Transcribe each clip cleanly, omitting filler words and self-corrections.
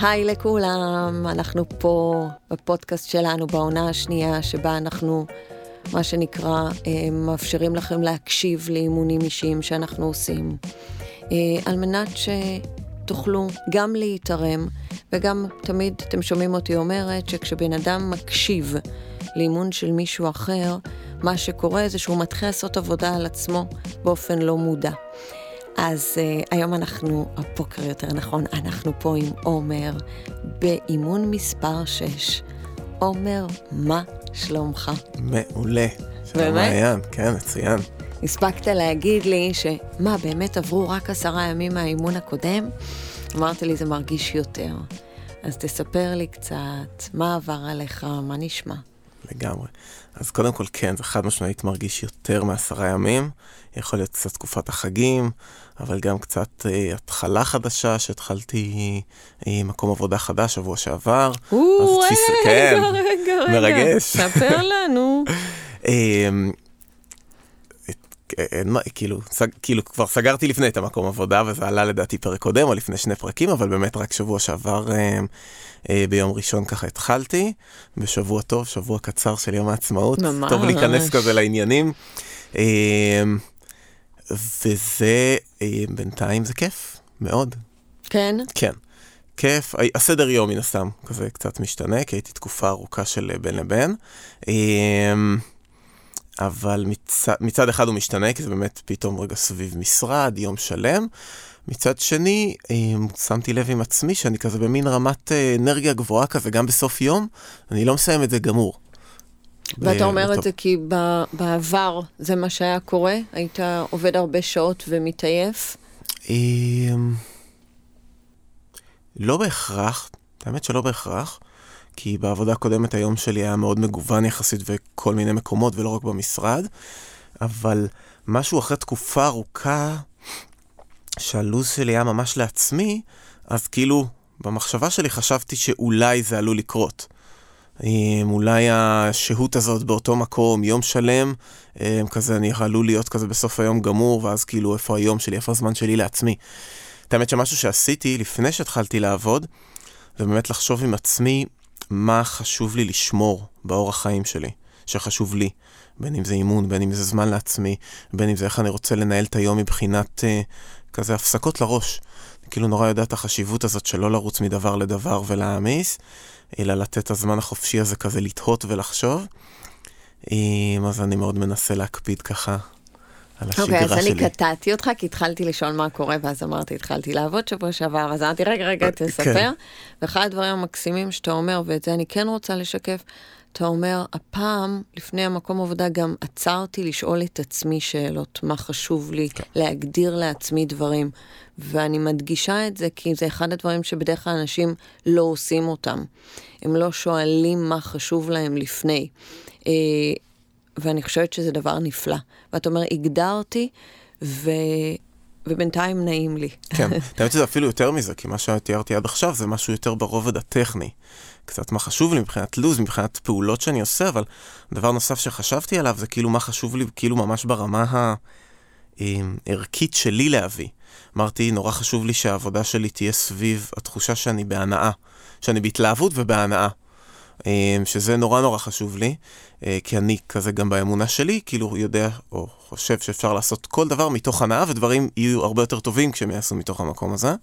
היי לכולם, אנחנו פה בפודקאסט שלנו בעונה השנייה, שבה אנחנו, מה שנקרא, מאפשרים לכם להקשיב לאימונים אישיים שאנחנו עושים, על מנת שתוכלו גם להתערם, וגם תמיד אתם שומעים אותי אומרת שכשבן אדם מקשיב לאימון של מישהו אחר, מה שקורה זה שהוא מתחיל לעשות עבודה על עצמו באופן לא מודע. אז היום הבוקר יותר נכון, אנחנו פה עם עומר, באימון מספר 6. עומר, מה שלומך? מעולה. באמת? מעיין, כן, מצוין. הספקת להגיד לי שמה, באמת עברו רק 10 ימים מהאימון הקודם? אמרת לי, זה מרגיש יותר. אז תספר לי קצת, מה עבר עליך, מה נשמע? לגמרי. אז קודם כל כן, זה חד משמעית מרגיש יותר מ10 ימים. יכול להיות קצת תקופת החגים, אבל גם קצת התחלה חדשה, שהתחלתי מקום עבודה חדש שבוע שעבר. רגע, מרגש. ספר לנו. כאילו כבר סגרתי לפני את המקום עבודה, וזה עלה לדעתי פרק קודם, או לפני 2 פרקים, אבל באמת רק שבוע שעבר ביום ראשון ככה התחלתי, בשבוע טוב, שבוע קצר של יום העצמאות. ממש. טוב להיכנס כזה לעניינים. וזה, בינתיים זה כיף, מאוד. כן? כן. כיף, הסדר יום מן הסתם כזה קצת משתנה, כי הייתי תקופה ארוכה של בין לבין. אבל מצד אחד הוא משתנה, כי זה באמת פתאום רגע סביב משרד, יום שלם. מצד שני, שמתי לב עם עצמי שאני כזה במין רמת אנרגיה גבוהה כזה, גם בסוף יום, אני לא מסיים את זה גמור. ואתה אומר את זה כי בעבר זה מה שהיה קורה? היית עובד הרבה שעות ומתעייף? לא בהכרח, האמת שלא בהכרח, כי בעבודה הקודמת היום שלי היה מאוד מגוון יחסית וכל מיני מקומות ולא רק במשרד, אבל משהו אחרי תקופה ארוכה שהלוז שלי היה ממש לעצמי, אז כאילו במחשבה שלי חשבתי שאולי זה עלול לקרות. אולי השהות הזאת באותו מקום, יום שלם, כזה אני עלול להיות כזה בסוף היום גמור, ואז כאילו איפה היום שלי, איפה הזמן שלי לעצמי. את האמת שמשהו שעשיתי לפני שהתחלתי לעבוד, ובאמת לחשוב עם עצמי מה חשוב לי לשמור באורח חיים שלי, שחשוב לי, בין אם זה אימון, בין אם זה זמן לעצמי, בין אם זה איך אני רוצה לנהל את היום מבחינת כזה הפסקות לראש. כאילו נורא יודע את החשיבות הזאת שלא לרוץ מדבר לדבר ולהעמיס, אלא לתת את הזמן החופשי הזה כזה לתהות ולחשוב. אז אני מאוד מנסה להקפיד ככה על השגרה שלי. אוקיי, אז אני קטעתי אותך, כי התחלתי לשאול מה קורה, ואז אמרתי, התחלתי לעבוד שבוע שעבר, אז אמרתי, רגע, תספר. ואחד הדברים המקסימים שאתה אומר, ואת זה אני כן רוצה לשקף, אתה אומר, הפעם, לפני המקום עבודה, גם עצרתי לשאול את עצמי שאלות, מה חשוב לי, להגדיר לעצמי דברים, ואני מדגישה את זה, כי זה אחד הדברים שבדרך כלל אנשים לא עושים אותם. הם לא שואלים מה חשוב להם לפני. ואני חושבת שזה דבר נפלא. ואתה אומר, הגדרתי, ובינתיים נעים לי. כן, תאמת שזה אפילו יותר מזה, כי מה שתיארתי עד עכשיו זה משהו יותר ברובד הטכני. קצת מה חשוב לי מבחינת לוז, מבחינת פעולות שאני עושה, אבל דבר נוסף שחשבתי עליו זה כאילו מה חשוב לי, כאילו ממש ברמה הערכית שלי להביא. אמרתי, נורא חשוב לי שהעבודה שלי תהיה סביב התחושה שאני בהנאה, שאני בהתלהבות ובהנאה. שזה נורא נורא חשוב לי, כי אני כזה גם באמונה שלי, כאילו יודע או חושב שאפשר לעשות כל דבר מתוך הנאה, ודברים יהיו הרבה יותר טובים כשהם יעשו מתוך המקום הזה.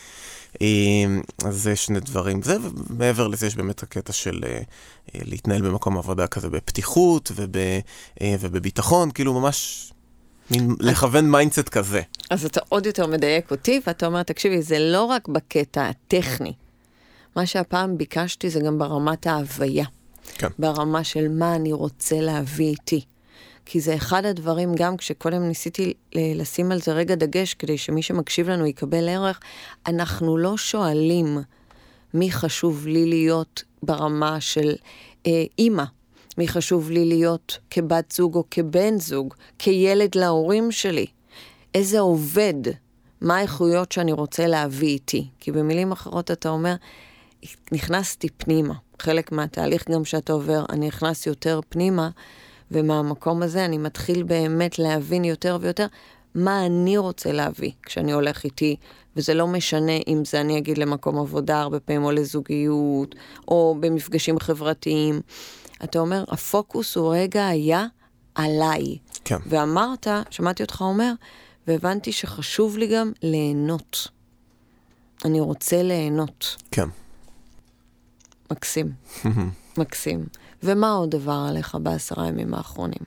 אז זה 2 דברים. זה, ומעבר לזה יש באמת הקטע של להתנהל במקום עבודה כזה בפתיחות ובביטחון, כאילו ממש לכוון מיינדסט כזה. אז אתה עוד יותר מדייק אותי, ואתה אומר, תקשיבי, זה לא רק בקטע הטכני. מה שהפעם ביקשתי זה גם ברמת ההוויה. כן. ברמה של מה אני רוצה להביא איתי. כי זה אחד הדברים, גם כשקודם ניסיתי לשים על זה רגע דגש, כדי שמי שמקשיב לנו יקבל ערך, אנחנו לא שואלים מי חשוב לי להיות ברמה של אימא, מי חשוב לי להיות כבת זוג או כבן זוג, כילד להורים שלי, איזה עובד, מה האיכויות שאני רוצה להביא איתי. כי במילים אחרות אתה אומר, נכנסתי פנימה. חלק מהתהליך גם שאתה עובר, אני נכנס יותר פנימה, ומהמקום הזה אני מתחיל באמת להבין יותר ויותר מה אני רוצה להביא כשאני הולך איתי וזה לא משנה אם זה אני אגיד למקום עבודה הרבה פעמים, או לזוגיות, או במפגשים חברתיים. אתה אומר, הפוקוס הוא רגע היה עליי. כן. ואמרת, שמעתי אותך אומר, והבנתי שחשוב לי גם ליהנות. אני רוצה ליהנות. כן. מקסים. מקסים. ומה עוד דבר עליך ב10 ימים האחרונים?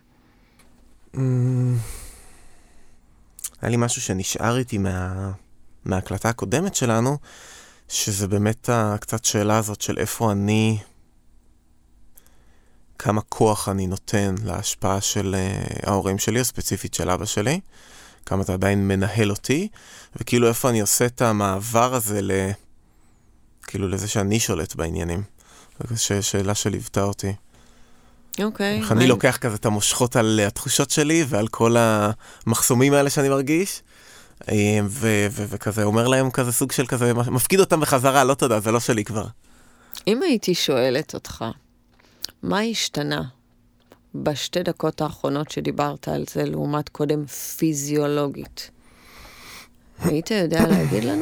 היה לי משהו שנשאר איתי מההקלטה הקודמת שלנו, שזה באמת קצת שאלה הזאת של איפה אני, כמה כוח אני נותן להשפעה של ההורים שלי, או ספציפית של אבא שלי, כמה אתה עדיין מנהל אותי, וכאילו איפה אני עושה את המעבר הזה כאילו לזה שאני שולט בעניינים. זו שאלה שליוותה אותי. אוקיי. איך אני לוקח כזה את המושכות על התחושות שלי ועל כל המחסומים האלה שאני מרגיש, וכזה אומר להם כזה סוג של כזה, מפקיד אותם בחזרה, לא תודה, זה לא שלי כבר. אם הייתי שואלת אותך, מה השתנה בשתי דקות האחרונות שדיברת על זה, לעומת קודם פיזיולוגית? היית יודע להגיד לנו?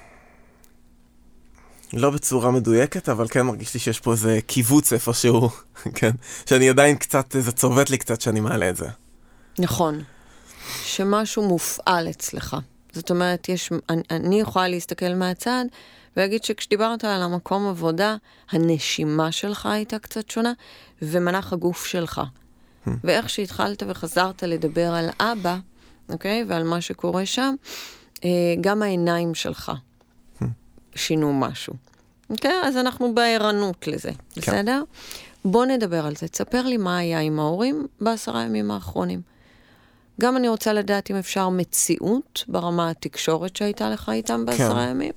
לא בצורה מדויקת, אבל כן מרגיש לי שיש פה איזה קיבוץ איפשהו, כן, שאני עדיין קצת, זה צובט לי קצת שאני מעלה את זה. נכון, שמשהו מופעל אצלך. זאת אומרת, אני יכולה להסתכל מהצד, ולהגיד שכשדיברת על המקום עבודה, הנשימה שלך הייתה קצת שונה, ומנח הגוף שלך. ואיך שהתחלת וחזרת לדבר על אבא, אוקיי, ועל מה שקורה שם, גם העיניים שלך שינו משהו. אוקיי? אז אנחנו בערנות לזה, בסדר? בוא נדבר על זה. תספר לי מה היה עם ההורים ב10 ימים האחרונים. גם אני רוצה לדעת אם אפשר מציאות ברמה התקשורת שהייתה לך איתם ב10 ימים.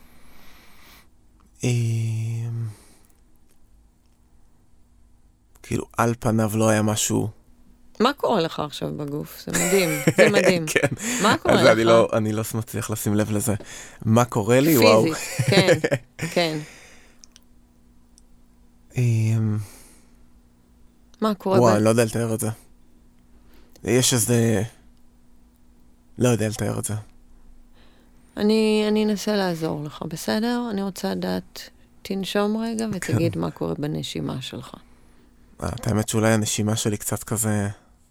כאילו על פניו לא היה משהו. מה קורה לך עכשיו בגוף? זה מדהים, זה מדהים. כן. מה קורה לך? אני לא מצליח לשים לב לזה. מה קורה לי? פיזית, כן, כן. מה קורה? וואו, אני לא יודע לתאר את זה. יש איזה... לא יודע לתאר את זה. אני אנסה לעזור לך, בסדר? אני רוצה לדעת, תנשום רגע ותגיד מה קורה בנשימה שלך. את האמת שאולי הנשימה שלי קצת כזה...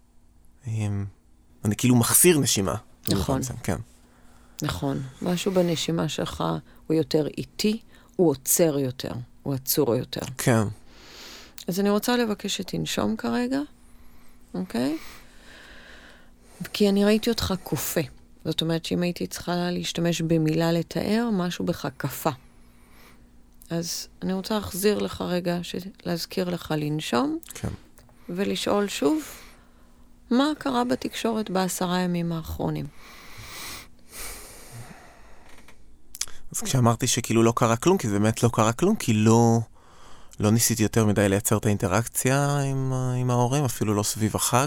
אני כאילו מחסיר נשימה. נכון. כן. נכון. משהו בנשימה שלך הוא יותר איטי, הוא עוצר יותר, הוא עצור יותר. כן. אז אני רוצה לבקש שתנשום כרגע, אוקיי? כי אני ראיתי אותך קופה. זאת אומרת שאם הייתי צריכה להשתמש במילה לתאר, משהו בך קפה. אז אני רוצה להחזיר לך רגע, להזכיר לך לנשום, כן. ולשאול שוב, מה קרה בתקשורת ב10 ימים האחרונים? אז כשאמרתי שכאילו לא קרה כלום, כי זה באמת לא קרה כלום, כי לא ניסיתי יותר מדי לייצר את האינטראקציה עם ההורים, אפילו לא סביב החג.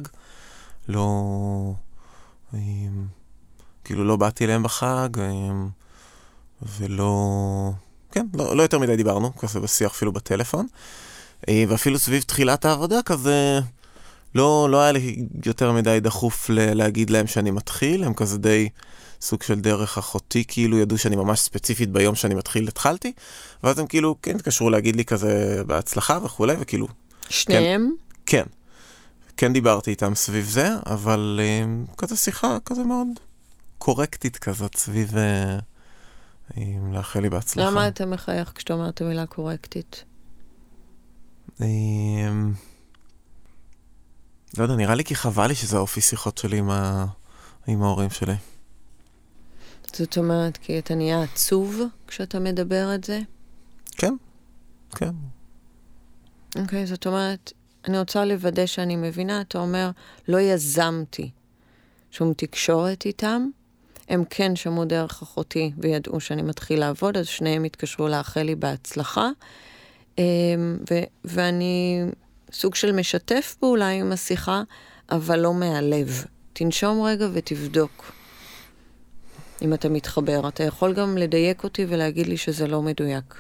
כאילו לא באתי אליהם בחג, ולא... כן, לא יותר מדי דיברנו, כזה בשיח אפילו בטלפון. ואפילו סביב תחילת העבודה כזה, לא היה לי יותר מדי דחוף להגיד להם שאני מתחיל, הם כזה די סוג של דרך אחותי, כאילו ידעו שאני ממש ספציפית ביום שאני התחלתי, ואז הם כאילו, כן, התקשרו להגיד לי כזה בהצלחה וכו', וכאילו... שניהם? כן. כן דיברתי איתם סביב זה, אבל כזה שיחה כזה מאוד קורקטית כזאת סביב לאחל לי בהצלחה. למה אתה מחייך כשאתה אומר את המילה קורקטית? לא יודע, נראה לי כי חבל לי שזה האופי שיחות שלי עם ההורים שלי. זאת אומרת, כי אתה נהיה עצוב כשאתה מדבר את זה? כן, כן. אוקיי, זאת אומרת, אני רוצה לוודא שאני מבינה, אתה אומר, לא יזמתי שום תקשורת איתם, הם כן שמעו דרך אחותי וידעו שאני מתחיל לעבוד, אז שניהם התקשרו לאחל לי בהצלחה, ואני סוג של משתף פעולה עם השיחה, אבל לא מהלב. תנשום רגע ותבדוק אם אתה מתחבר. אתה יכול גם לדייק אותי ולהגיד לי שזה לא מדויק.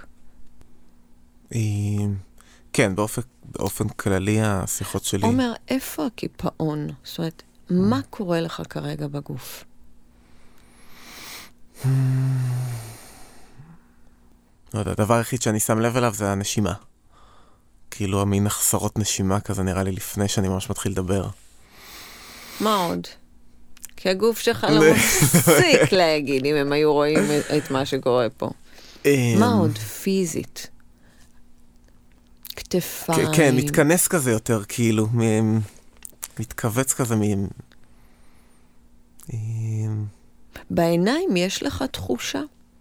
כן, באופן כללי השיחות שלי... עומר, איפה הקיפאון? זאת אומרת, מה קורה לך כרגע בגוף? לא יודע, הדבר היחיד שאני שם לב אליו זה הנשימה. כאילו המין החסרות נשימה כזה נראה לי לפני שאני ממש מתחיל לדבר. מה עוד? כי הגוף שלך לא מפסיק להגיד, אם הם היו רואים את מה שקורה פה. מה עוד? פיזית. כתפיים. כן, מתכנס כזה יותר, כאילו, מתכווץ כזה בעיניים יש לך תחושה?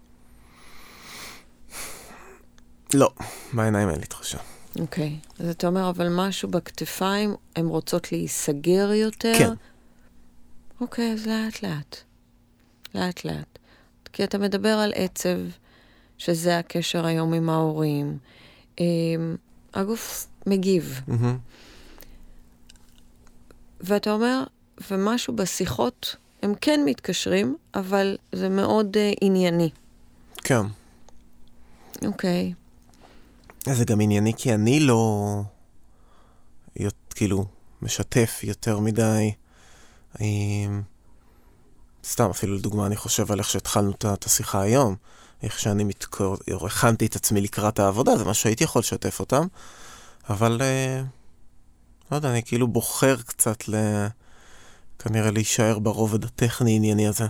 לא, בעיניים אין לי תחושה. אוקיי, אז אתה אומר, אבל משהו בכתפיים, הן רוצות להיסגר יותר? כן. אוקיי, אז לאט לאט. לאט לאט. כי אתה מדבר על עצב, שזה הקשר היום עם ההורים. הגוף מגיב. ואתה אומר, ומשהו בשיחות, הם כן מתקשרים, אבל זה מאוד ענייני. כן. אוקיי. זה גם ענייני כי אני לא, כאילו, משתף יותר מדי. סתם, אפילו לדוגמה, אני חושב על איך שהתחלנו את השיחה היום, איך שאני הכנתי את עצמי לקראת העבודה, זה מה שהייתי יכול לשתף אותם, אבל, לא יודע, אני כאילו בוחר קצת כנראה להישאר ברובד הטכני ענייני הזה.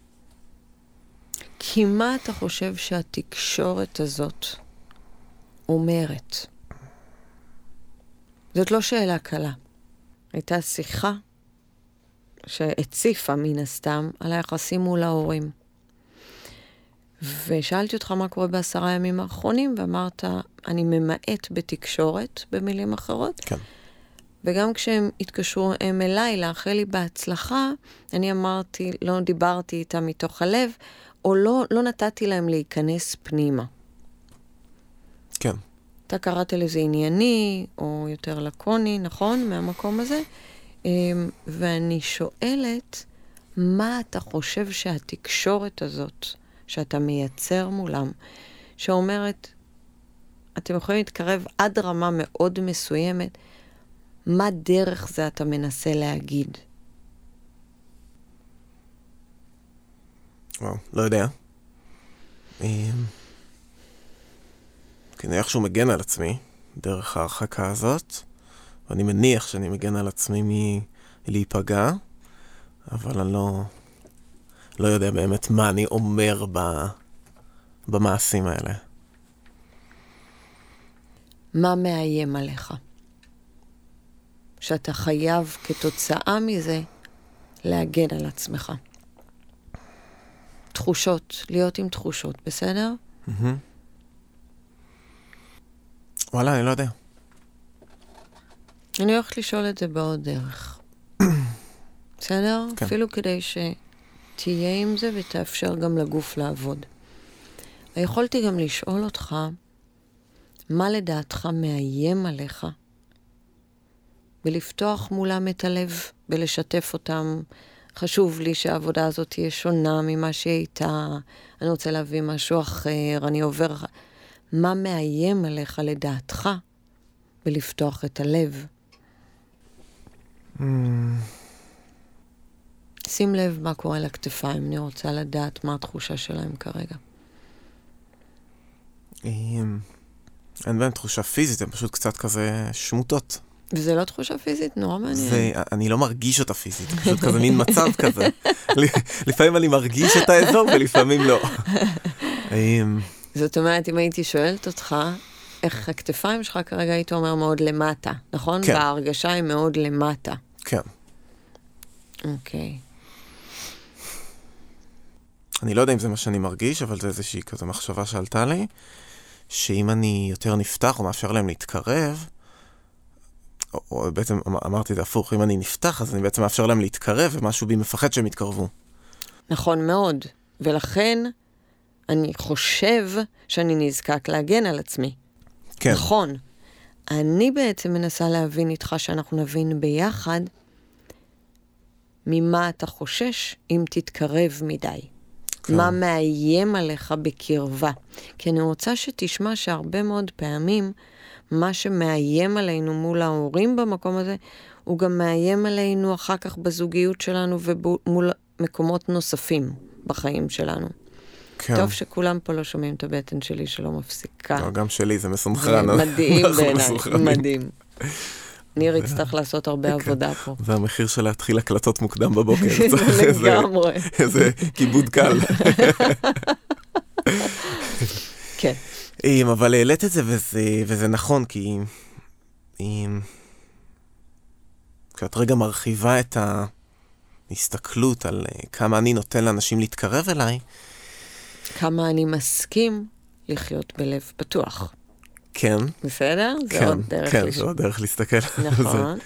כי מה אתה חושב שהתקשורת הזאת אומרת? זאת לא שאלה קלה. הייתה שיחה שהציפה מן הסתם על היחסים מול ההורים. ושאלתי אותך מה קורה ב10 ימים האחרונים, ואמרת, אני ממעט בתקשורת, במילים אחרות. כן. וגם כשהם התקשרו הם אליי, לאחל לי בהצלחה, אני אמרתי, לא דיברתי איתם מתוך הלב, או לא נתתי להם להיכנס פנימה. כן. אתה קראת לזה ענייני, או יותר לקוני, נכון? מהמקום הזה. ואני שואלת, מה אתה חושב שהתקשורת הזאת, שאתה מייצר מולם, שאומרת, אתם יכולים להתקרב עד רמה מאוד מסוימת, מה דרך זה אתה מנסה להגיד? וואו, לא יודע. כנראה איך שהוא מגן על עצמי, דרך ההרחקה הזאת, ואני מניח שאני מגן על עצמי מלהיפגע, אבל אני לא יודע באמת מה אני אומר במעשים האלה. מה מאיים עליך? שאתה חייב כתוצאה מזה להגן על עצמך. תחושות, להיות עם תחושות, בסדר? וואלה, אני לא יודע. אני הולכת לשאול את זה בעוד דרך. בסדר? כן. אפילו כדי שתהיה עם זה ותאפשר גם לגוף לעבוד. יכולתי גם לשאול אותך, מה לדעתך מאיים עליך? ולפתוח מולם את הלב ולשתף אותם. חשוב לי שהעבודה הזאת תהיה שונה ממה שהייתה. אני רוצה להביא משהו אחר, אני עובר. מה מאיים עליך לדעתך ולפתוח את הלב? שים לב מה קורה לכתפיים. אני רוצה לדעת מה התחושה שלהם כרגע. אין בהם תחושה פיזית, הן פשוט קצת כזה שמוטות. וזה לא תחושה פיזית? נורא מעניין. אני לא מרגיש אותה פיזית, פשוט כזה מין מצב כזה. לפעמים אני מרגיש את האזור ולפעמים לא. זאת אומרת, אם הייתי שואלת אותך, איך הכתפיים שלך כרגע היית אומר מאוד למטה, נכון? כן. וההרגשה היא מאוד למטה. כן. אוקיי. אני לא יודע אם זה מה שאני מרגיש, אבל זה איזושהי כזו מחשבה שעלתה לי, שאם אני יותר נפתח או מאפשר להם להתקרב, או בעצם אמרתי זה הפוך, אם אני נפתח, אז אני בעצם מאפשר להם להתקרב, ומשהו בי מפחד שהם יתקרבו. נכון מאוד. ולכן אני חושב שאני נזקק להגן על עצמי. כן. נכון. אני בעצם מנסה להבין איתך שאנחנו נבין ביחד ממה אתה חושש אם תתקרב מדי. כן. מה מאיים עליך בקרבה. כי אני רוצה שתשמע שהרבה מאוד פעמים מה שמאיים עלינו מול ההורים במקום הזה, הוא גם מאיים עלינו אחר כך בזוגיות שלנו ומול מקומות נוספים בחיים שלנו. כן. טוב שכולם פה לא שומעים את הבטן שלי שלא מפסיקה. לא, גם שלי, זה מסונכרן. זה מדהים בעיניי, מדהים. ניר יצטרך לעשות הרבה עבודה פה. זה המחיר של להתחיל הקלטות מוקדם בבוקר. לגמרי. איזה כיבוד קל. כן. אבל העלית את זה, וזה נכון, כי כשאת רגע מרחיבה את ההסתכלות על כמה אני נותן לאנשים להתקרב אליי, כמה אני מסכים לחיות בלב פתוח. כן. בסדר? כן, זה עוד דרך כן, זה עוד דרך להסתכל. נכון.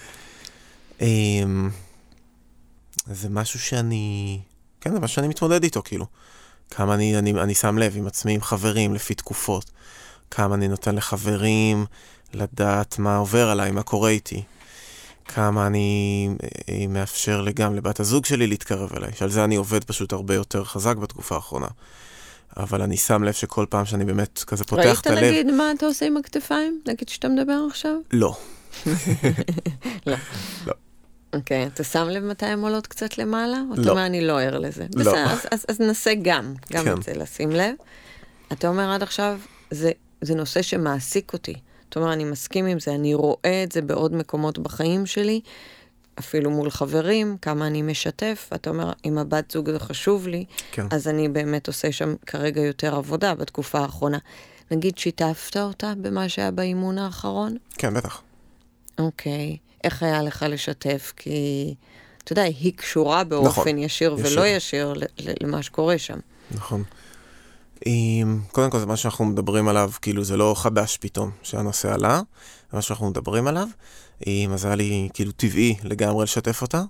זה משהו שאני, כן, זה משהו שאני מתמודד איתו, כאילו. כמה אני שם לב עם עצמי, עם חברים, לפי תקופות. כמה אני נותן לחברים לדעת מה עובר עליי, מה קורה איתי. כמה אני מאפשר גם לבת הזוג שלי להתקרב אליי. שעל זה אני עובד פשוט הרבה יותר חזק בתקופה האחרונה. אבל אני שם לב שכל פעם שאני באמת כזה פותח את הלב... ראית נגיד מה אתה עושה עם הכתפיים? נגיד שאתה מדבר עכשיו? לא. לא. לא. אוקיי, אתה שם לב מתי הן עולות קצת למעלה? או לא. אתה אומר, אני לא ער לזה. לא. בסדר, אז נסה גם כן. את זה לשים לב. אתה אומר עד עכשיו, זה נושא שמעסיק אותי. אתה אומר, אני מסכים עם זה, אני רואה את זה בעוד מקומות בחיים שלי, אפילו מול חברים, כמה אני משתף. אתה אומר, אם הבת זוג זה חשוב לי, כן. אז אני באמת עושה שם כרגע יותר עבודה בתקופה האחרונה. נגיד, שיתפת אותה במה שהיה באימון האחרון? כן, בטח. אוקיי. איך היה לך לשתף? כי, אתה יודע, היא קשורה באופן נכון, ישיר ולא ישיר למה שקורה שם. נכון. קודם כל זה מה שאנחנו מדברים עליו, כאילו זה לא חדש פתאום שהנושא עלה, זה מה שאנחנו מדברים עליו, אז היה לי כאילו טבעי לגמרי לשתף אותה,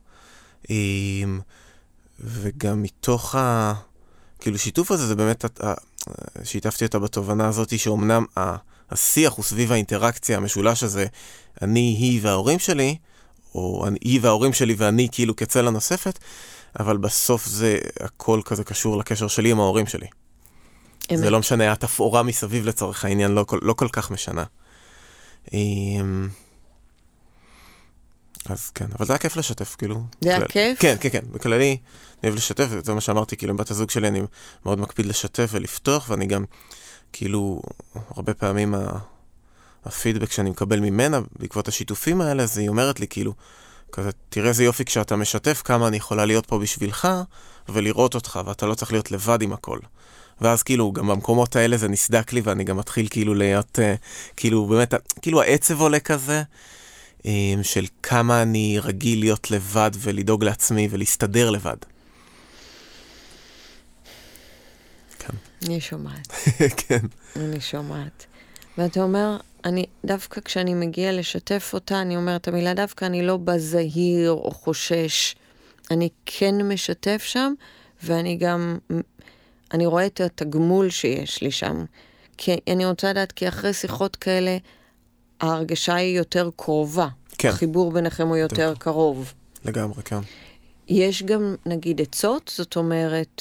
וגם מתוך כאילו שיתוף הזה, זה באמת, שיתפתי אותה בתובנה הזאת, שאומנם השיח הוא סביב האינטראקציה המשולש הזה, אני, היא וההורים שלי, או היא וההורים שלי ואני כאילו כצלע נוספת, אבל בסוף זה הכל כזה קשור לקשר שלי עם ההורים שלי. אמת. זה לא משנה, התפאורה מסביב לצורך העניין לא כל כך משנה. אז כן, אבל זה היה כיף לשתף, כאילו. זה היה כיף? כן, כן, כן. בכללי, אני אוהב לשתף, זה מה שאמרתי, כאילו, עם בת הזוג שלי, אני מאוד מקפיד לשתף ולפתוח, ואני גם, כאילו, הרבה פעמים הפידבק שאני מקבל ממנה, בעקבות השיתופים האלה, אז היא אומרת לי, כאילו, כזה, תראה איזה יופי כשאתה משתף, כמה אני יכולה להיות פה בשבילך, ולראות אותך, ואתה לא צריך להיות לבד עם הכל. ואז כאילו, גם במקומות האלה זה נסדק לי, ואני גם מתחיל כאילו להיות, כאילו באמת, כאילו העצב עולה כזה, של כמה אני רגיל להיות לבד ולדאוג לעצמי ולהסתדר לבד. כן. אני שומעת. כן. אני שומעת. ואתה אומר, דווקא כשאני מגיעה לשתף אותה, אני אומרת את המילה דווקא, אני לא בזהיר או חושש. אני כן משתף שם, ואני גם... אני רואה את התגמול שיש לי שם. כי אני רוצה לדעת, כי אחרי שיחות כאלה, ההרגשה היא יותר קרובה. כן. החיבור ביניכם הוא יותר קרוב. לגמרי, כן. יש גם, נגיד, עצות, זאת אומרת,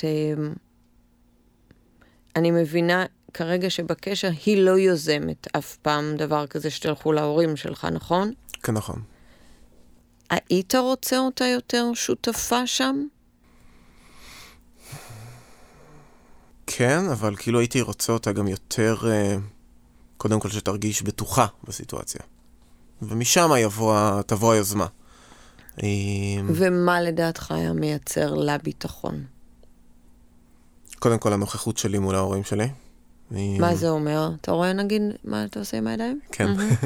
אני מבינה כרגע שבקשר היא לא יוזמת אף פעם דבר כזה שתלכו להורים שלך, נכון? כן, נכון. היית רוצה אותה יותר שותפה שם? כן, אבל כאילו הייתי רוצה אותה גם יותר, קודם כל שתרגיש בטוחה בסיטואציה. ומשם תבוא היוזמה. ומה לדעתך היה מייצר לה ביטחון? קודם כל הנוכחות שלי מול ההורים שלי. מה זה אומר? אתה רואה נגיד מה אתה עושה עם הידיים? כן.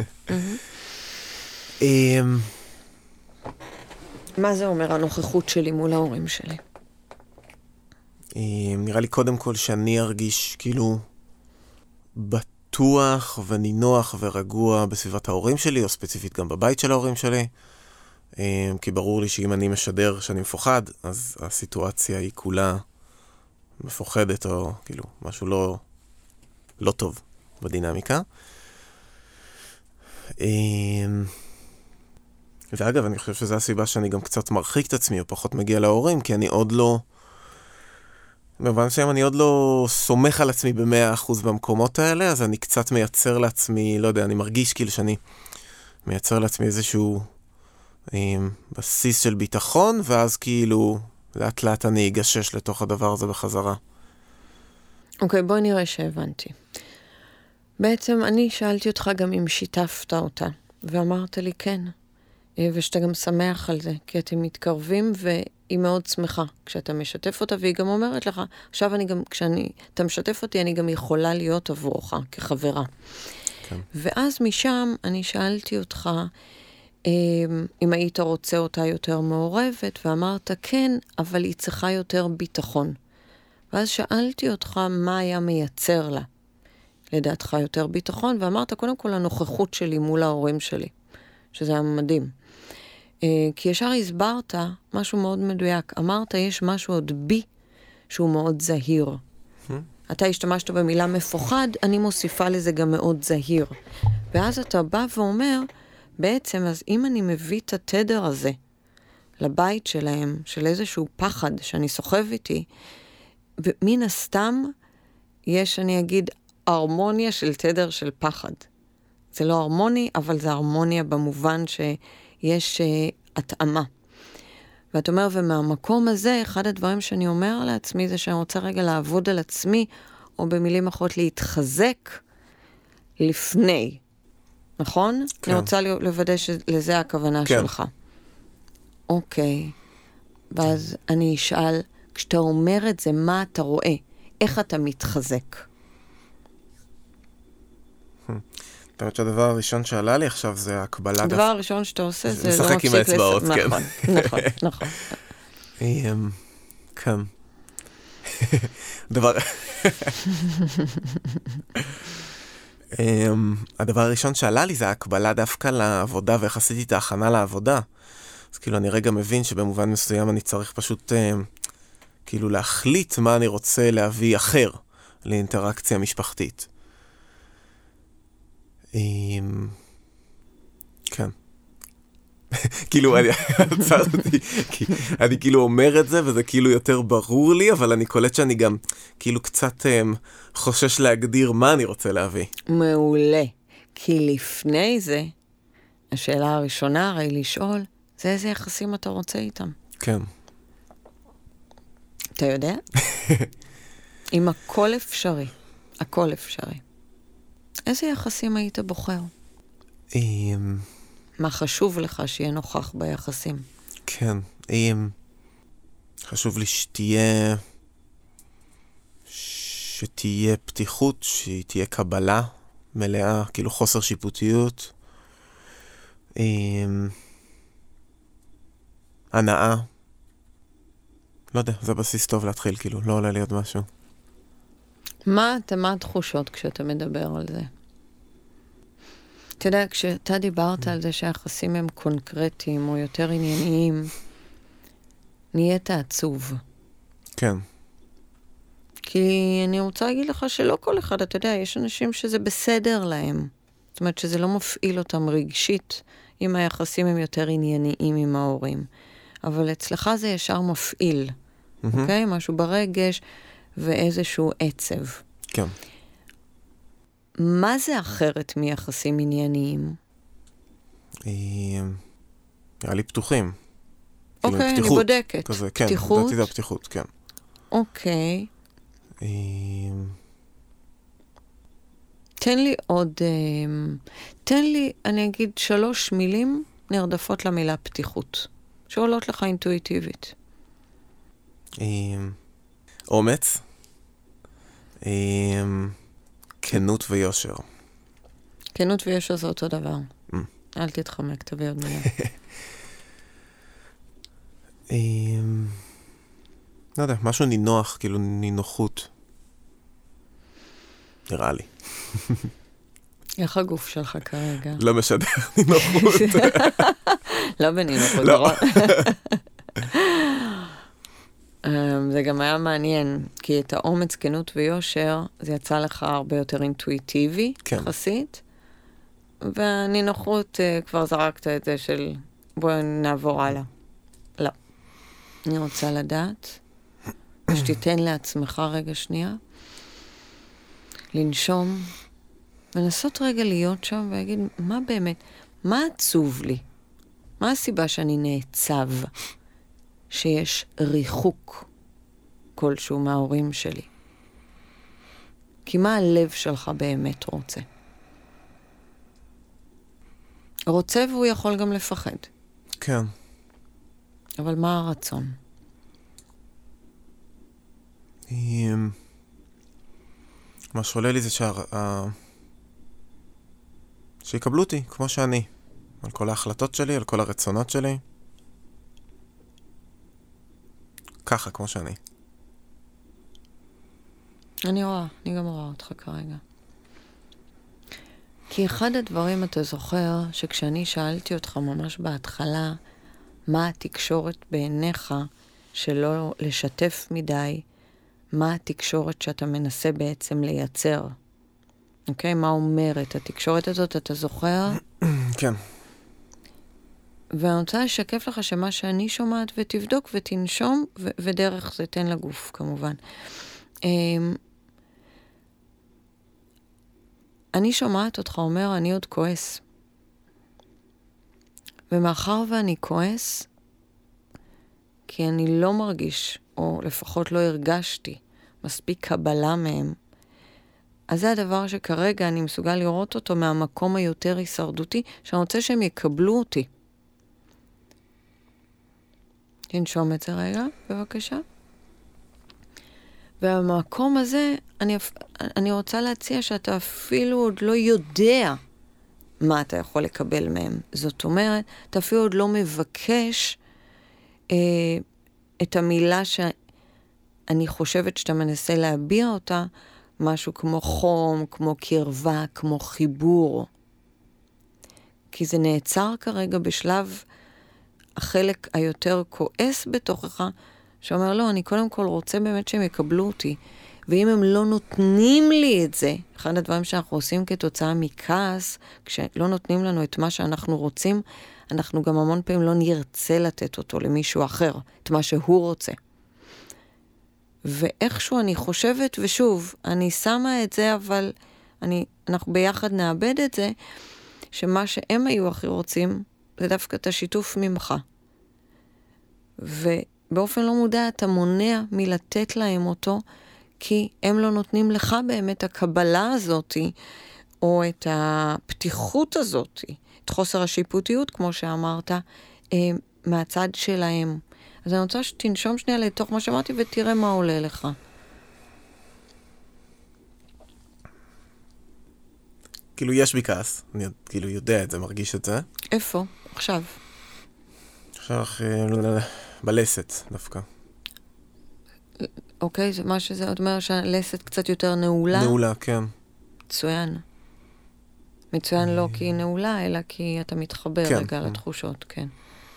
מה זה אומר הנוכחות שלי מול ההורים שלי? נראה לי קודם כל שאני ארגיש כאילו בטוח ונינוח ורגוע בסביבת ההורים שלי, או ספציפית גם בבית של ההורים שלי. כי ברור לי שאם אני משדר שאני מפוחד, אז הסיטואציה היא כולה מפוחדת, או כאילו משהו לא טוב בדינמיקה. ואגב, אני חושב שזו הסיבה שאני גם קצת מרחיק את עצמי, או פחות מגיע להורים, כי אני עוד לא... במובן שהם אני עוד לא סומך על עצמי ב100% במקומות האלה, אז אני קצת מייצר לעצמי, לא יודע, אני מרגיש כאילו שאני מייצר לעצמי איזשהו בסיס של ביטחון, ואז כאילו לאט לאט אני אגשש לתוך הדבר הזה בחזרה. אוקיי, בואי נראה שהבנתי. בעצם אני שאלתי אותך גם אם שיתפת אותה, ואמרת לי כן, ושאתה גם שמח על זה, כי אתם מתקרבים והיא מאוד שמחה כשאתה משתף אותה, והיא גם אומרת לך, עכשיו אני גם, כשאתה משתף אותי, אני גם יכולה להיות עבורך כחברה. כן. ואז משם אני שאלתי אותך, אם היית רוצה אותה יותר מעורבת, ואמרת כן, אבל היא צריכה יותר ביטחון. ואז שאלתי אותך מה היה מייצר לה. לדעתך יותר ביטחון, ואמרת קודם כל הנוכחות שלי מול ההורים שלי, שזה היה מדהים. כי ישר הסברת משהו מאוד מדויק. אמרת, יש משהו עוד בי שהוא מאוד זהיר. אתה השתמשת במילה מפוחד, אני מוסיפה לזה גם מאוד זהיר. ואז אתה בא ואומר, בעצם, אז אם אני מביא את התדר הזה לבית שלהם, של איזשהו פחד שאני סוחב איתי, מן הסתם יש, אני אגיד, הרמוניה של תדר של פחד. זה לא הרמוני, אבל זה הרמוניה במובן שיש התאמה. ואת אומר, ומהמקום הזה, אחד הדברים שאני אומר לעצמי, זה שאני רוצה רגע לעבוד על עצמי, או במילים אחרות להתחזק לפני. נכון? כן. אני רוצה לוודא שלזה הכוונה כן. שלך. אוקיי. ואז אני אשאל, כשאתה אומר את זה, מה אתה רואה? איך אתה מתחזק? זאת אומרת שהדבר הראשון שעלה לי עכשיו זה הקבלה... הדבר הראשון שאתה עושה זה לא משחק עם האצבעות, כן. נכון, נכון. כן. הדבר הראשון שעלה לי זה הקבלה דווקא לעבודה, ואיך עשיתי את ההכנה לעבודה. אז כאילו אני רגע מבין שבמובן מסוים אני צריך פשוט כאילו להחליט מה אני רוצה להביא אחר לאינטראקציה משפחתית. כן. כאילו, עצרתי, כי אני כאילו אומר את זה, וזה כאילו יותר ברור לי, אבל אני קולט שאני גם כאילו קצת חושש להגדיר מה אני רוצה להביא. מעולה. כי לפני זה, השאלה הראשונה הרי לשאול, זה איזה יחסים אתה רוצה איתם. כן. אתה יודע? אם הכל אפשרי, הכל אפשרי. איזה יחסים היית בוחר? מה חשוב לך שיהיה נוכח ביחסים? כן, חשוב לי שתהיה פתיחות, שתהיה קבלה מלאה, כאילו חוסר שיפוטיות, הנאה. לא יודע, זה בסיס טוב להתחיל, כאילו, לא עולה לי עוד משהו. מה התחושות כשאתה מדבר על זה? אתה יודע, כשאתה דיברת על זה שהיחסים הם קונקרטיים או יותר ענייניים, נהיית עצוב. כן. כי אני רוצה להגיד לך שלא כל אחד, אתה יודע, יש אנשים שזה בסדר להם. זאת אומרת שזה לא מפעיל אותם רגשית, אם היחסים הם יותר ענייניים עם ההורים. אבל אצלך זה ישר מפעיל. אוקיי? משהו ברגש ואיזשהו עצב. כן. מה זה אחרת מיחסים ענייניים? נראה לי פתוחים. אוקיי, אני בודקת. כזה, כן, פתיחות? לדעתי זה הפתיחות, כן. אוקיי. תן לי עוד... תן לי, אני אגיד 3 מילים נרדפות למילה פתיחות, שעולות לך אינטואיטיבית. אומץ. כנות ויושר. כנות ויושר זה אותו דבר. אל תתחמק, תביא עוד מילה. לא יודע, משהו נינוח, כאילו נינוחות. נראה לי. איך הגוף שלך כרגע? לא משדר נינוחות. לא בנינוחות, לא. זה גם היה מעניין, כי את האומץ, כנות ויושר, זה יצא לך הרבה יותר אינטואיטיבי, יחסית, והנינוחות כבר זרקת את זה של בואו נעבור הלאה. לא. אני רוצה לדעת, שתיתן לעצמך רגע שנייה, לנשום, ולנסות רגע להיות שם ולהגיד, מה באמת, מה עצוב לי? מה הסיבה שאני נעצב? שיש ריחוק כלשהו מההורים שלי. כי מה הלב שלך באמת רוצה? רוצה והוא יכול גם לפחד. כן. אבל מה הרצון? מה שעולה לי זה שיקבלו אותי כמו שאני. על כל ההחלטות שלי, על כל הרצונות שלי. ככה, כמו שאני. אני גם רואה אותך כרגע. כי אחד הדברים, אתה זוכר, שכשאני שאלתי אותך ממש בהתחלה, מה התקשורת בעיניך שלא לשתף מדי, מה התקשורת שאתה מנסה בעצם לייצר? אוקיי? מה אומרת התקשורת הזאת, אתה זוכר? כן. ואני רוצה לשקף לך שמה שאני שומעת, ותבדוק ותנשום, ודרך זה תן לגוף, כמובן. אני שומעת אותך אומר, אני עוד כועס. ומאחר ואני כועס, כי אני לא מרגיש, או לפחות לא הרגשתי, מספיק קבלה מהם, אז זה הדבר שכרגע אני מסוגל לראות אותו מהמקום היותר הישרדותי, שאני רוצה שהם יקבלו אותי. תנשום את זה רגע, בבקשה. ובמקום הזה, אני רוצה להציע שאתה אפילו עוד לא יודע מה אתה יכול לקבל מהם. זאת אומרת, אתה אפילו עוד לא מבקש את המילה שאני חושבת שאתה מנסה להביע אותה, משהו כמו חום, כמו קרבה, כמו חיבור. כי זה נעצר כרגע בשלב החלק היותר כועס בתוכך, שאומר, לא, אני קודם כל רוצה באמת שהם יקבלו אותי. ואם הם לא נותנים לי את זה, אחד הדברים שאנחנו עושים כתוצאה מכעס, כשלא נותנים לנו את מה שאנחנו רוצים, אנחנו גם המון פעמים לא נרצה לתת אותו למישהו אחר, את מה שהוא רוצה. ואיכשהו אני חושבת, ושוב, אני שמה את זה, אבל אנחנו ביחד נאבד את זה, שמה שהם היו הכי רוצים, זה דווקא את השיתוף ממך. ובאופן לא מודע אתה מונע מלתת להם אותו, כי הם לא נותנים לך באמת הקבלה הזאת, או את הפתיחות הזאת, את חוסר השיפוטיות, כמו שאמרת, מהצד שלהם. אז אני רוצה שתנשום שנייה לתוך מה שאמרתי, ותראה מה עולה לך. כאילו יש בי כעס, אני כאילו יודע את זה, מרגיש את זה. איפה? עכשיו. עכשיו, בלסת דווקא. אוקיי, זה מה שזה אומר שהלסת קצת יותר נעולה? נעולה, כן. מצוין. מצוין לא כי היא נעולה, אלא כי אתה מתחבר רגע לתחושות, כן.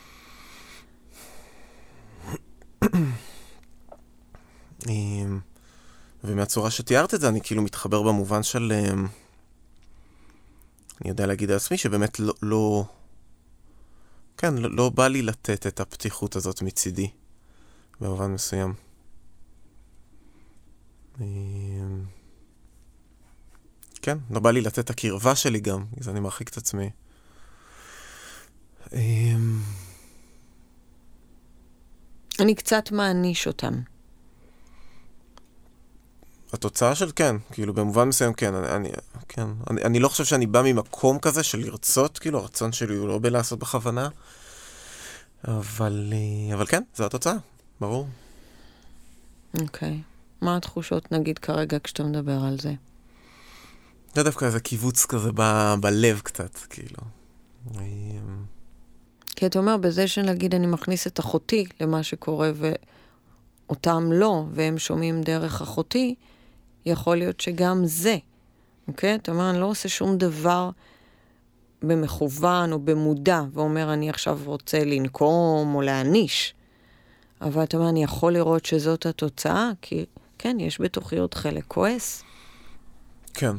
ומהצורה שתיארת את זה, אני כאילו מתחבר במובן של... אני יודע להגיד על עצמי שבאמת לא... כן, לא בא לי לתת את הפתיחות הזאת מצידי, במובן מסוים. כן, לא בא לי לתת את הקרבה שלי גם, אז אני מרחיק את עצמי. אני קצת מעניש אותם. התוצאה של כן, כאילו במובן מסוים כן, אני לא חושב שאני בא ממקום כזה של לרצות, כאילו הרצון שלי הוא לא בלעשות בכוונה, אבל כן, זו התוצאה, ברור. אוקיי. מה התחושות נגיד כרגע כשאתה מדבר על זה? זה דווקא איזה קיבוץ כזה בלב קצת, כאילו. כי אתה אומר, בזה שנגיד אני מכניס את אחותי למה שקורה ואותם לא, והם שומעים דרך אחותי, יכול להיות שגם זה, אוקיי? אתה אומר, אני לא עושה שום דבר במכוון או במודע, ואומר, אני עכשיו רוצה לנקום או להניש. אבל אתה אומר, אני יכול לראות שזאת התוצאה, כי כן, יש בתוכי עוד חלק כועס. כן.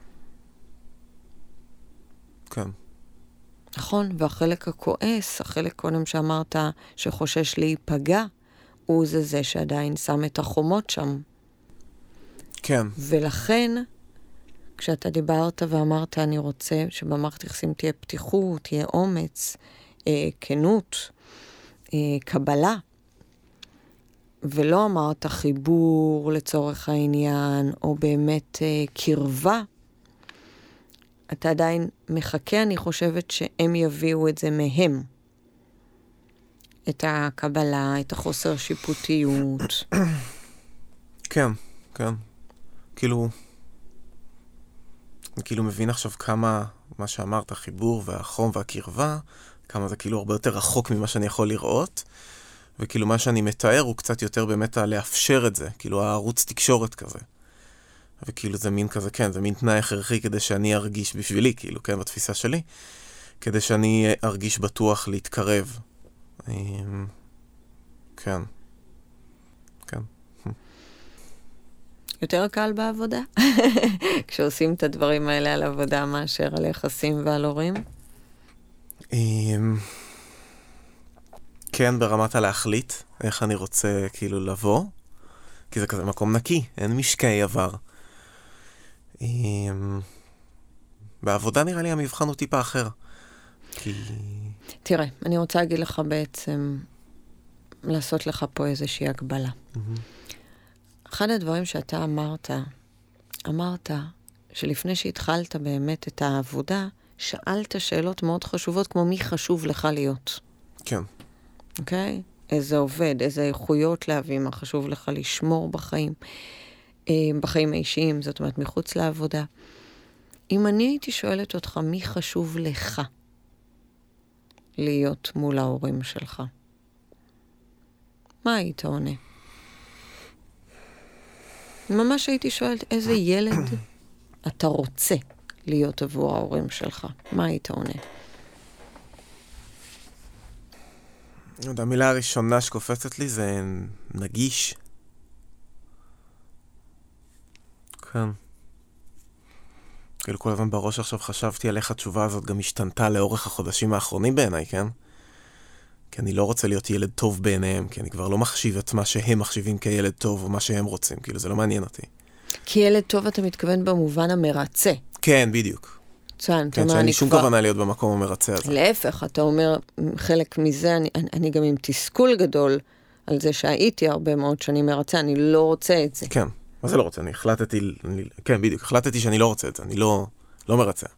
כן. נכון, והחלק הכועס, החלק קודם שאמרת שחושש להיפגע, הוא זה שעדיין שם את החומות שם. כן. ולכן, כשאתה דיברת ואמרת, אני רוצה שבמערכת יחסים תהיה פתיחות, תהיה אומץ, כנות, קבלה, ולא אמרת חיבור לצורך העניין, או באמת קרבה, אתה עדיין מחכה, אני חושבת שהם יביאו את זה מהם. את הקבלה, את החוסר שיפוטיות. כן, כן. כאילו, אני כאילו מבין עכשיו כמה, מה שאמרת, החיבור והחום והקרבה, כמה זה כאילו הרבה יותר רחוק ממה שאני יכול לראות, וכאילו מה שאני מתאר הוא קצת יותר באמת לאפשר את זה, כאילו הערוץ תקשורת כזה. וכאילו זה מין כזה, כן, זה מין תנאי הכרחי כדי שאני ארגיש בשבילי, כאילו, כן, בתפיסה שלי, כדי שאני ארגיש בטוח להתקרב. כן. כן. יותר קל בעבודה? כשעושים את הדברים האלה על עבודה מאשר על יחסים ועל הורים? כן, ברמת הלהחליט איך אני רוצה כאילו לבוא, כי זה כזה מקום נקי, אין משקעי עבר. בעבודה נראה לי המבחן הוא טיפה אחר. כי... תראה, אני רוצה להגיד לך בעצם, לעשות לך פה איזושהי הגבלה. אחד הדברים שאתה אמרת שלפני שהתחלת באמת את העבודה, שאלת שאלות מאוד חשובות, כמו מי חשוב לך להיות. כן. אוקיי? איזה עובד, איזה איכויות להביא, מה חשוב לך לשמור בחיים, בחיים האישיים, זאת אומרת, מחוץ לעבודה. אם אני הייתי שואלת אותך, מי חשוב לך להיות מול ההורים שלך? מה היית עונה? ממש הייתי שואלת, איזה ילד אתה רוצה להיות עבור ההורים שלך? מה היית עונה? המילה הראשונה שקופצת לי זה נגיש. כן. כאילו כל הזמן בראש עכשיו חשבתי על איך התשובה הזאת גם השתנתה לאורך החודשים האחרונים בעיניי, כן? כי אני לא רוצה להיות ילד טוב בעיניהם, כי אני כבר לא מחשיב את מה שהם מחשיבים כילד טוב, או מה שהם רוצים, כאילו זה לא מעניין אותי. כי ילד טוב אתה מתכוון במובן המרצה. כן, בדיוק. כן, שאין לי שום כוונה להיות במקום המרצה הזה. להפך, אתה אומר, חלק מזה, אני גם עם תסכול גדול על זה שהייתי הרבה מאוד שנים מרצה, אני לא רוצה את זה. כן, מה זה לא רוצה? אני החלטתי, כן, בדיוק, החלטתי שאני לא רוצה את זה, אני לא מרצה.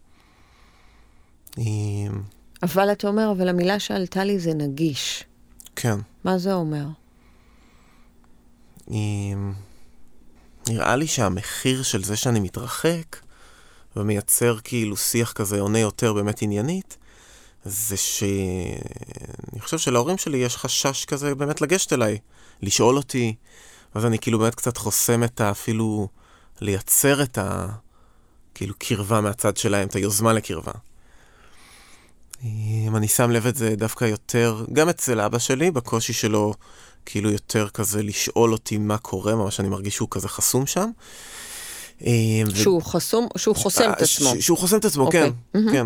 אבל אתה אומר, אבל המילה שעלתה לי זה נגיש. כן. מה זה אומר? נראה לי שהמחיר של זה שאני מתרחק, ומייצר כאילו שיח כזה עונה יותר באמת עניינית, זה אני חושב שלהורים שלי יש חשש כזה באמת לגשת אליי, לשאול אותי, אז אני כאילו באמת קצת חוסם את אפילו לייצר את כאילו קרבה מהצד שלהם, את היוזמה לקרבה. אני שם לב את זה דווקא יותר, גם אצל אבא שלי, בקושי שלו כאילו יותר כזה לשאול אותי מה קורה, ממש אני מרגיש שהוא כזה חסום שם. שהוא חסום, שהוא חוסם את עצמו. שהוא חוסם את עצמו, כן. כן.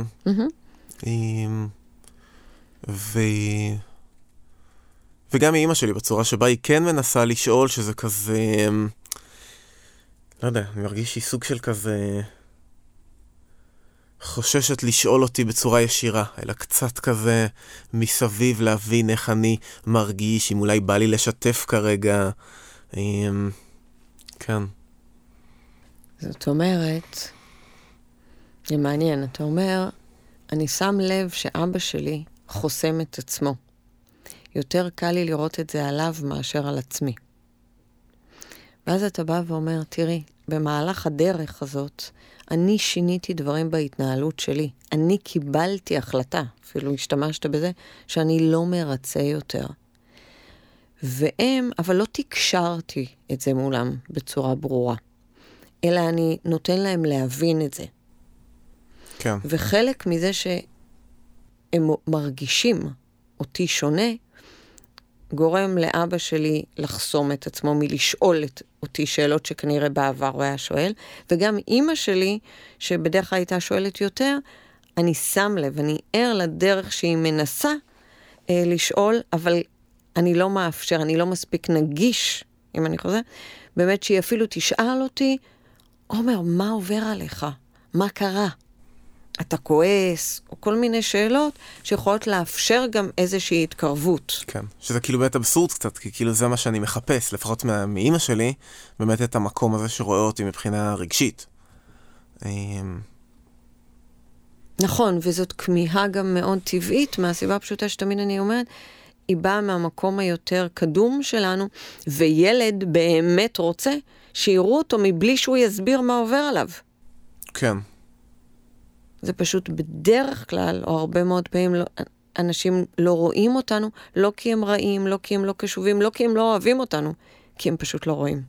וגם מאמא שלי, בצורה שבה היא כן מנסה לשאול, שזה כזה, לא יודע, אני מרגיש שהיא סוג של כזה, חוששת לשאול אותי בצורה ישירה, אלא קצת כזה מסביב להבין איך אני מרגיש, אם אולי בא לי לשתף כרגע. כן. זאת אומרת, זה מעניין, אתה אומר, אני שם לב שאבא שלי חוסם את עצמו. יותר קל לי לראות את זה עליו מאשר על עצמי. ואז אתה בא ואומר, תראי, במהלך הדרך הזאת, אני שיניתי דברים בהתנהלות שלי. אני קיבלתי החלטה, אפילו השתמשת בזה, שאני לא מרצה יותר. אבל לא תקשרתי את זה מולם בצורה ברורה. אלא אני נותן להם להבין את זה. כן. וחלק מזה שהם מרגישים אותי שונה, גורם לאבא שלי לחסום את עצמו מלשאול אותי שאלות שכנראה בעבר הוא היה שואל, וגם אמא שלי, שבדרך כלל הייתה שואלת יותר, אני שם לב, אני ער לדרך שהיא מנסה לשאול, אבל אני לא מאפשר, אני לא מספיק נגיש, אם אני חוזר, באמת שהיא אפילו תשאל אותי, עומר, מה עובר עליך? מה קרה? אתה כועס, או כל מיני שאלות שיכולות לאפשר גם איזושהי התקרבות. כן, שזה כאילו באמת אבסורד קצת, כי כאילו זה מה שאני מחפש, לפחות מאמא שלי, באמת את המקום הזה שרואה אותי מבחינה רגשית. נכון, וזאת כמיהה גם מאוד טבעית, מהסיבה הפשוטה שתמיד אני אומרת, היא באה מהמקום היותר קדום שלנו, וילד באמת רוצה שיראו אותו מבלי שהוא יסביר מה עובר עליו. כן. זה פשוט בדרך כלל, או הרבה מאוד פעמים, אנשים לא רואים אותנו, לא כי הם רעים, לא כי הם לא קשובים, לא כי הם לא אוהבים אותנו, כי הם פשוט לא רואים.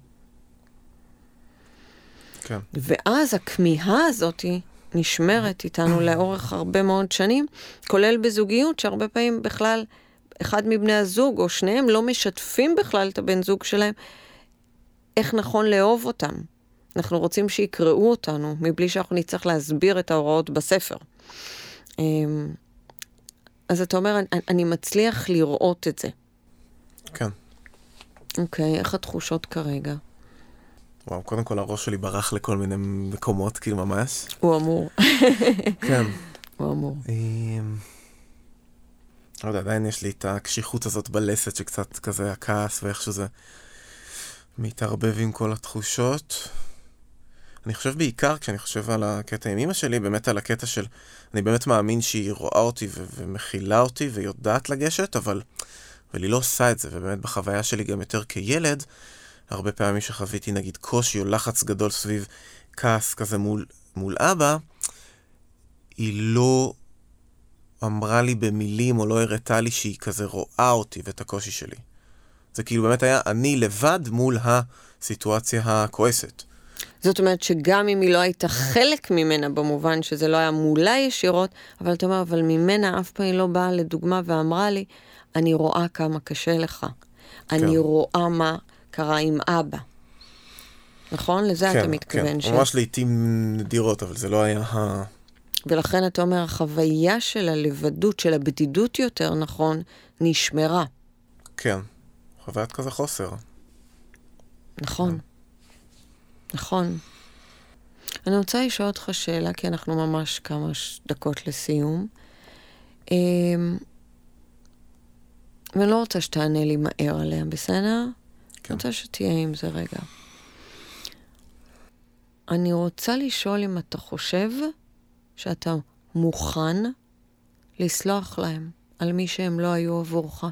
כן. ואז הכמיהה הזאת נשמרת איתנו לאורך הרבה מאוד שנים, כולל בזוגיות, שהרבה פעמים בכלל אחד מבני הזוג או שניהם לא משתפים בכלל את הבן זוג שלהם, איך נכון לאהוב אותם. אנחנו רוצים שיקראו אותנו, מבלי שאנחנו נצטרך להסביר את ההוראות בספר. אז אתה אומר, אני מצליח לראות את זה. כן. אוקיי, איך התחושות כרגע? וואו, קודם כל הראש שלי ברח לכל מיני מקומות, כאילו ממש. הוא אמור. כן. הוא אמור. לא יודע, עדיין יש לי את הקשיחות הזאת בלסת, שקצת כזה הכעס, ואיך שזה מתערבב עם כל התחושות. אני חושב בעיקר, כשאני חושב על הקטע עם אמא שלי, באמת על הקטע של, אני באמת מאמין שהיא רואה אותי ומכילה אותי ויודעת לגשת, אבל היא לא עושה את זה, ובאמת בחוויה שלי גם יותר כילד, הרבה פעמים שחוויתי נגיד קושי או לחץ גדול סביב כעס כזה מול אבא, היא לא אמרה לי במילים או לא הראתה לי שהיא כזה רואה אותי ואת הקושי שלי. זה כאילו באמת היה אני לבד מול הסיטואציה הכועסת. זאת אומרת שגם אם היא לא הייתה חלק ממנה, במובן שזה לא היה מולה ישירות, אבל אתה אומר, אבל ממנה אף פעם היא לא באה לדוגמה ואמרה לי, אני רואה כמה קשה לך. אני רואה מה קרה עם אבא. נכון? לזה אתה מתכוון. כן, ממש לעתים נדירות, אבל זה לא היה ולכן אתה אומר, החוויה של הלבדות, של הבדידות יותר, נכון, נשמרה. כן, חוויית כזה חוסר. נכון. נכון. אני רוצה לשאול אותך שאלה, כי אנחנו ממש כמה דקות לסיום. ואני לא רוצה שתענה לי מהר עליה, בסדר? אני רוצה שתהיה עם זה רגע. אני רוצה לשאול אם אתה חושב שאתה מוכן לסלוח להם על מי שהם לא היו עבורך.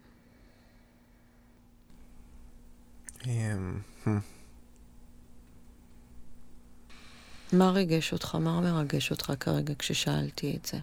מה ריגש אותך? מה מרגש אותך כרגע כששאלתי את זה?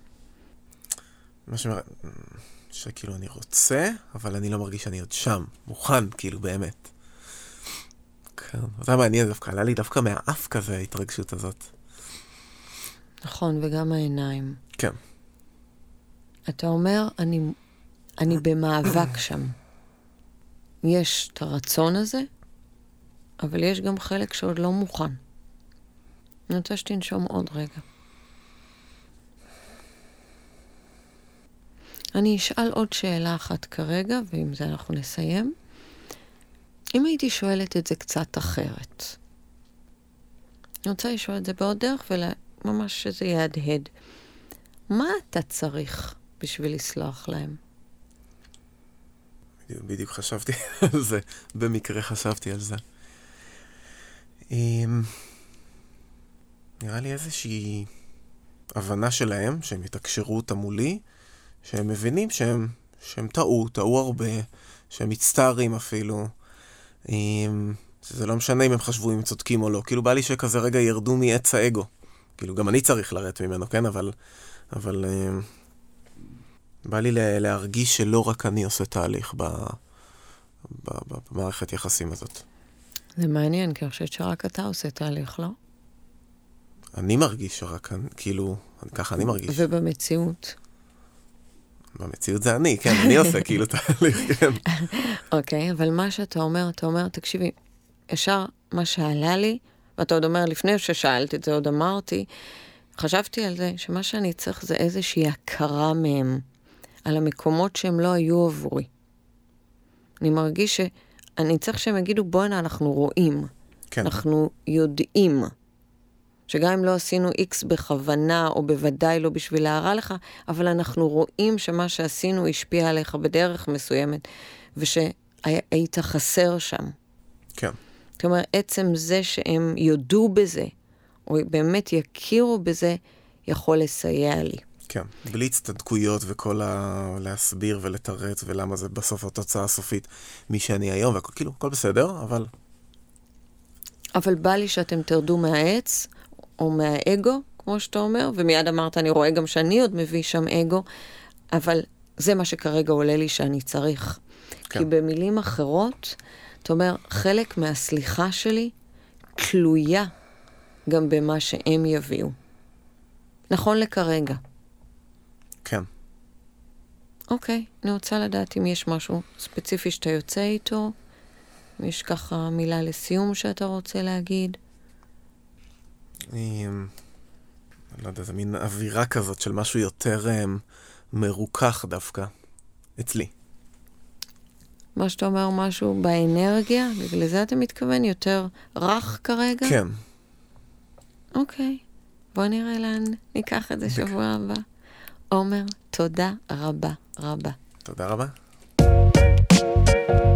מה שכאילו אני רוצה, אבל אני לא מרגיש שאני עוד שם, מוכן, כאילו באמת. כן, זה מעניין דווקא, עלה לי דווקא מהאף כזה ההתרגשות הזאת. נכון, וגם העיניים. כן. אתה אומר, אני במאבק שם. יש את הרצון הזה, אבל יש גם חלק שעוד לא מוכן. אני רוצה שתנשום עוד רגע. אני אשאל עוד שאלה אחת כרגע, ועם זה אנחנו נסיים. אם הייתי שואלת את זה קצת אחרת, אני רוצה לשאול את זה בעוד דרך, וממש שזה יהדהד. מה אתה צריך בשביל לסלוח להם? בדיוק חשבתי על זה. במקרה חשבתי על זה. נראה לי איזושהי הבנה שלהם, שהם יתקשרו אותה מולי, שהם מבינים שהם טעו הרבה, שהם מצטערים אפילו. זה לא משנה אם הם חשבו אם הם צודקים או לא. כאילו בא לי שכזה רגע ירדו מעץ האגו. כאילו גם אני צריך לרדת ממנו, כן? אבל בא לי להרגיש שלא רק אני עושה תהליך במערכת יחסים הזאת. זה מעניין, כי אני חושבת שרק אתה עושה תהליך, לא? אני מרגיש שרק, כאילו, ככה אני מרגיש. ובמציאות? במציאות זה אני, כן, אני עושה כאילו תהליך, כן. אוקיי, אבל מה שאתה אומר, תקשיבי, ישר מה שעלה לי, ואתה עוד אומר, לפני ששאלת את זה, עוד אמרתי, חשבתי על זה, שמה שאני צריך זה איזושהי הכרה מהם, על המקומות שהם לא היו עבורי. אני מרגיש שאני צריך שהם יגידו, בואנה, אנחנו רואים. כן. אנחנו יודעים. שגם אם לא עשינו X בכוונה, או בוודאי לא בשביל להרע לך, אבל אנחנו רואים שמה שעשינו השפיע עליך בדרך מסוימת, ושהיית חסר שם. כן. זאת אומרת, עצם זה שהם יודו בזה, או באמת יכירו בזה, יכול לסייע לי. כן, בלי הצטדקויות וכל להסביר ולתרץ, ולמה זה בסוף התוצאה הסופית מי שאני היום, וכאילו, הכל בסדר, אבל... אבל בא לי שאתם תרדו מהעץ, או מהאגו, כמו שאתה אומר, ומיד אמרת, אני רואה גם שאני עוד מביא שם אגו, אבל זה מה שכרגע עולה לי שאני צריך. כן. כי במילים אחרות, אתה אומר, חלק מהסליחה שלי תלויה גם במה שהם יביאו. נכון לכרגע. כן. אוקיי, אני רוצה לדעת אם יש משהו ספציפי שאתה יוצא איתו, אם יש ככה מילה לסיום שאתה רוצה להגיד. אני לא יודע, זה מין אווירה כזאת של משהו יותר מרוכך דווקא, אצלי. מה שאתה אומר, משהו באנרגיה, בגלל זה אתה מתכוון יותר רך כרגע? כן. אוקיי, בוא נראה לאן ניקח את זה שבוע הבא. עומר, תודה רבה רבה. תודה רבה.